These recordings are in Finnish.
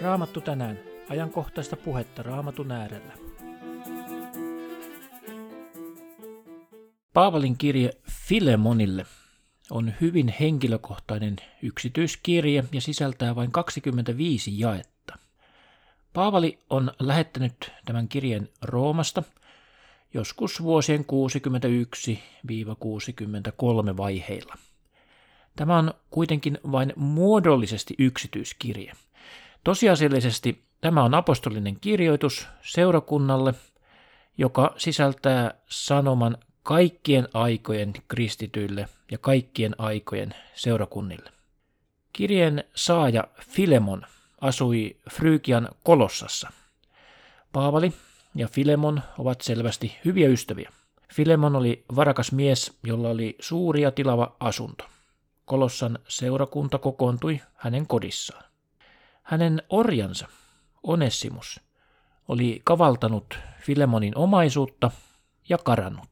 Raamattu tänään. Ajankohtaista puhetta Raamatun äärellä. Paavalin kirje Filemonille on hyvin henkilökohtainen yksityiskirje ja sisältää vain 25 jaetta. Paavali on lähettänyt tämän kirjeen Roomasta joskus vuosien 61-63 vaiheilla. Tämä on kuitenkin vain muodollisesti yksityiskirje. Tosiasiallisesti tämä on apostolinen kirjoitus seurakunnalle, joka sisältää sanoman kaikkien aikojen kristityille ja kaikkien aikojen seurakunnille. Kirjeen saaja Filemon asui Frygian Kolossassa. Paavali ja Filemon ovat selvästi hyviä ystäviä. Filemon oli varakas mies, jolla oli suuri ja tilava asunto. Kolossan seurakunta kokoontui hänen kodissaan. Hänen orjansa, Onesimus, oli kavaltanut Filemonin omaisuutta ja karannut.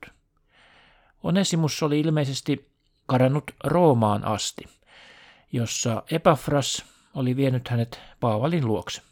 Onesimus oli ilmeisesti karannut Roomaan asti, jossa Epafras oli vienyt hänet Paavalin luokse.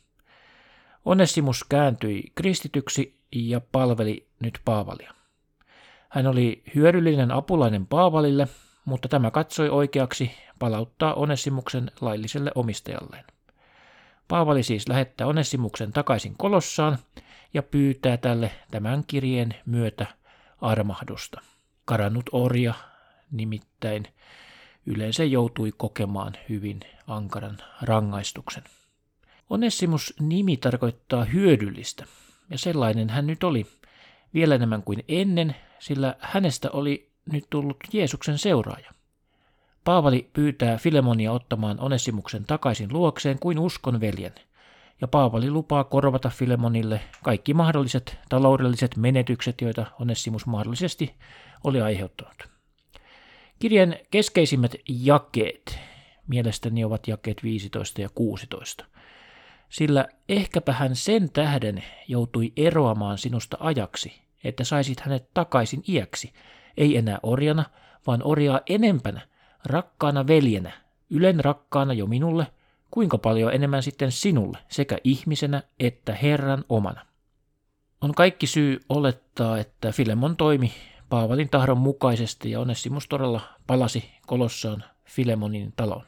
Onesimus kääntyi kristityksi ja palveli nyt Paavalia. Hän oli hyödyllinen apulainen Paavalille, mutta tämä katsoi oikeaksi palauttaa Onesimuksen lailliselle omistajalleen. Paavali siis lähettää Onesimuksen takaisin Kolossaan ja pyytää tälle tämän kirjeen myötä armahdusta. Karannut orja nimittäin yleensä joutui kokemaan hyvin ankaran rangaistuksen. Onesimus-nimi tarkoittaa hyödyllistä, ja sellainen hän nyt oli vielä enemmän kuin ennen, sillä hänestä oli nyt tullut Jeesuksen seuraaja. Paavali pyytää Filemonia ottamaan Onesimuksen takaisin luokseen kuin uskon veljen, ja Paavali lupaa korvata Filemonille kaikki mahdolliset taloudelliset menetykset, joita Onesimus mahdollisesti oli aiheuttanut. Kirjeen keskeisimmät jakeet mielestäni ovat jakeet 15 ja 16, sillä ehkäpä hän sen tähden joutui eroamaan sinusta ajaksi, että saisit hänet takaisin iäksi, ei enää orjana, vaan orjaa enempänä, rakkaana veljenä, ylen rakkaana jo minulle, kuinka paljon enemmän sitten sinulle, sekä ihmisenä että Herran omana. On kaikki syy olettaa, että Filemon toimi Paavalin tahdon mukaisesti ja Onesimus todella palasi Kolossaan Filemonin taloon.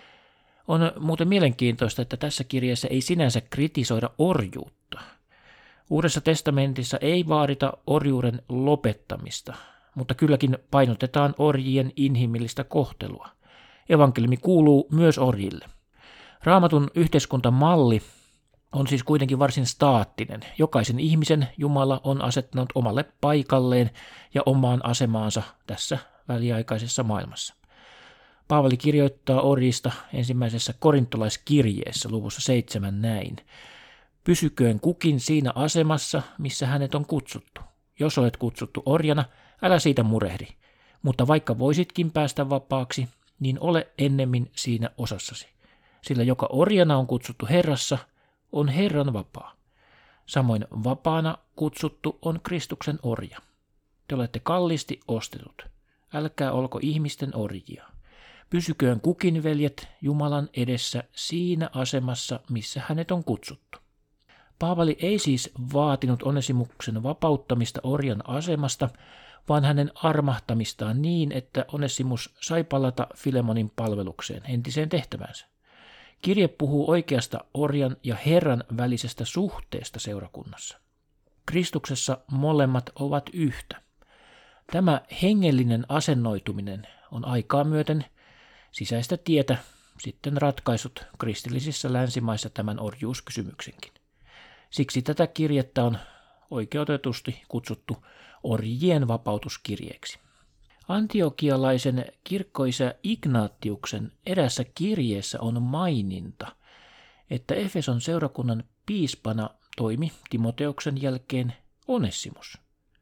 On muuten mielenkiintoista, että tässä kirjassa ei sinänsä kritisoida orjuutta. Uudessa testamentissa ei vaadita orjuuden lopettamista, mutta kylläkin painotetaan orjien inhimillistä kohtelua. Evankeliumi kuuluu myös orjille. Raamatun yhteiskuntamalli on siis kuitenkin varsin staattinen. Jokaisen ihmisen Jumala on asettanut omalle paikalleen ja omaan asemaansa tässä väliaikaisessa maailmassa. Paavali kirjoittaa orjista ensimmäisessä korintolaiskirjeessä luvussa 7 näin. Pysyköön kukin siinä asemassa, missä hänet on kutsuttu. Jos olet kutsuttu orjana, älä siitä murehdi, mutta vaikka voisitkin päästä vapaaksi, niin ole ennemmin siinä osassasi. Sillä joka orjana on kutsuttu Herrassa, on Herran vapaa. Samoin vapaana kutsuttu on Kristuksen orja. Te olette kalliisti ostetut. Älkää olko ihmisten orjia. Pysyköön kukin veljet Jumalan edessä siinä asemassa, missä hänet on kutsuttu. Paavali ei siis vaatinut Onesimuksen vapauttamista orjan asemasta, vaan hänen armahtamistaan niin, että Onesimus sai palata Filemonin palvelukseen entiseen tehtävänsä. Kirje puhuu oikeasta orjan ja Herran välisestä suhteesta seurakunnassa. Kristuksessa molemmat ovat yhtä. Tämä hengellinen asennoituminen on aikaa myöten sisäistä tietä sitten ratkaisut kristillisissä länsimaissa tämän orjuuskysymyksenkin. Siksi tätä kirjettä on oikeutetusti kutsuttu orjien vapautuskirjeeksi. Antiokialaisen kirkkoisä Ignatiuksen erässä kirjeessä on maininta, että Efeson seurakunnan piispana toimi Timoteuksen jälkeen Onesimus.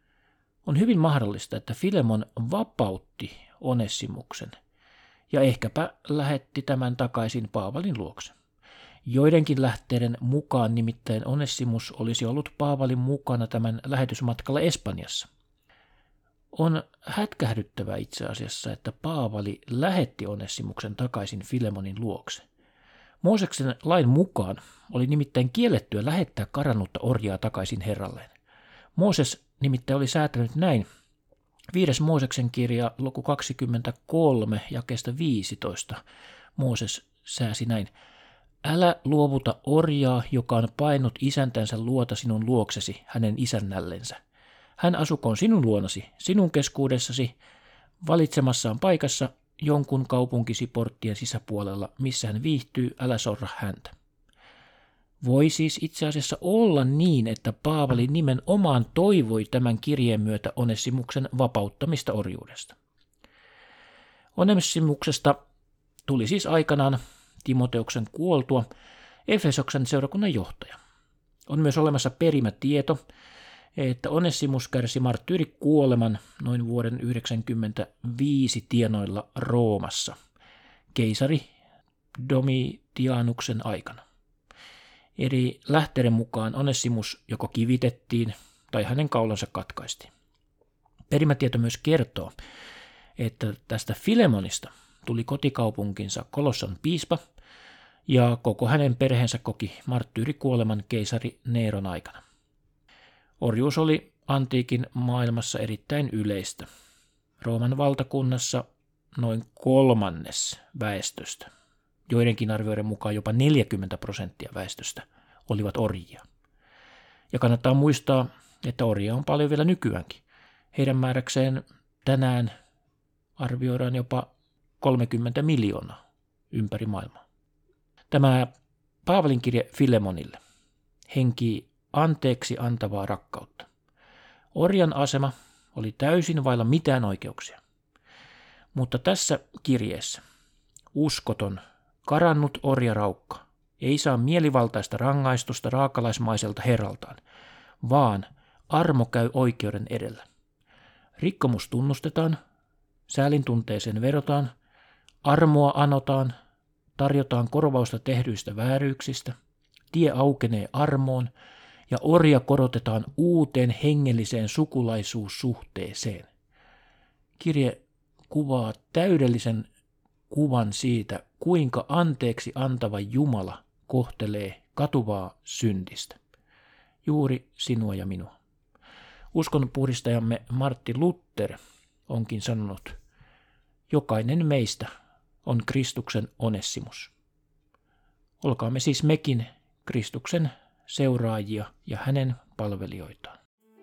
On hyvin mahdollista, että Filemon vapautti Onesimuksen ja ehkäpä lähetti tämän takaisin Paavalin luokse. Joidenkin lähteiden mukaan nimittäin Onesimus olisi ollut Paavalin mukana tämän lähetysmatkalla Espanjassa. On hätkähdyttävää itse asiassa, että Paavali lähetti Onesimuksen takaisin Filemonin luokse. Mooseksen lain mukaan oli nimittäin kiellettyä lähettää karannutta orjaa takaisin herralleen. Mooses nimittäin oli säätänyt näin. 5. Mooseksen kirja, luku 23, jakeesta 15. Mooses sääsi näin. Älä luovuta orjaa, joka on painut isäntänsä luota sinun luoksesi, hänen isännällensä. Hän asukoon sinun luonasi, sinun keskuudessasi, valitsemassaan paikassa, jonkun kaupunkisi porttien sisäpuolella, missä hän viihtyy, älä sorra häntä. Voi siis itse asiassa olla niin, että Paavali nimenomaan toivoi tämän kirjeen myötä Onessimuksen vapauttamista orjuudesta. Onessimuksesta tuli siis aikanaan Timoteuksen kuoltua Efesoksen seurakunnan johtaja. On myös olemassa perimätieto, että Onessimus kärsi marttyyrikuoleman noin vuoden 1995 tienoilla Roomassa, keisari Domitianuksen aikana. Eri lähteiden mukaan Onessimus joko kivitettiin tai hänen kaulansa katkaistiin. Perimätieto myös kertoo, että tästä Filemonista tuli kotikaupunkinsa Kolossan piispa ja koko hänen perheensä koki marttyyrikuoleman keisari Neeron aikana. Orjuus oli antiikin maailmassa erittäin yleistä. Rooman valtakunnassa noin 1/3 väestöstä, joidenkin arvioiden mukaan jopa 40% väestöstä, olivat orjia. Ja kannattaa muistaa, että orjia on paljon vielä nykyäänkin. Heidän määräkseen tänään arvioidaan jopa 30 miljoonaa ympäri maailmaa. Tämä Paavalin kirje Filemonille henkii anteeksi antavaa rakkautta. Orjan asema oli täysin vailla mitään oikeuksia. Mutta tässä kirjeessä uskoton, karannut orjaraukka ei saa mielivaltaista rangaistusta raakalaismaiselta herraltaan, vaan armo käy oikeuden edellä. Rikkomus tunnustetaan, säälin tunteeseen vedotaan, armoa anotaan, tarjotaan korvausta tehdyistä vääryyksistä, tie aukenee armoon ja orja korotetaan uuteen hengelliseen sukulaisuussuhteeseen. Kirje kuvaa täydellisen kuvan siitä, kuinka anteeksi antava Jumala kohtelee katuvaa syntistä. Juuri sinua ja minua. Uskonpuhdistajamme Martti Luther onkin sanonut, jokainen meistä on Kristuksen Onessimus. Olkaamme siis mekin Kristuksen seuraajia ja hänen palvelijoitaan.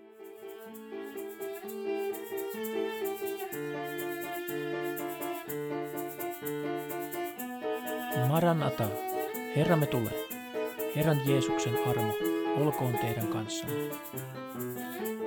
Maranata, Herramme tulee. Herran Jeesuksen armo olkoon teidän kanssanne.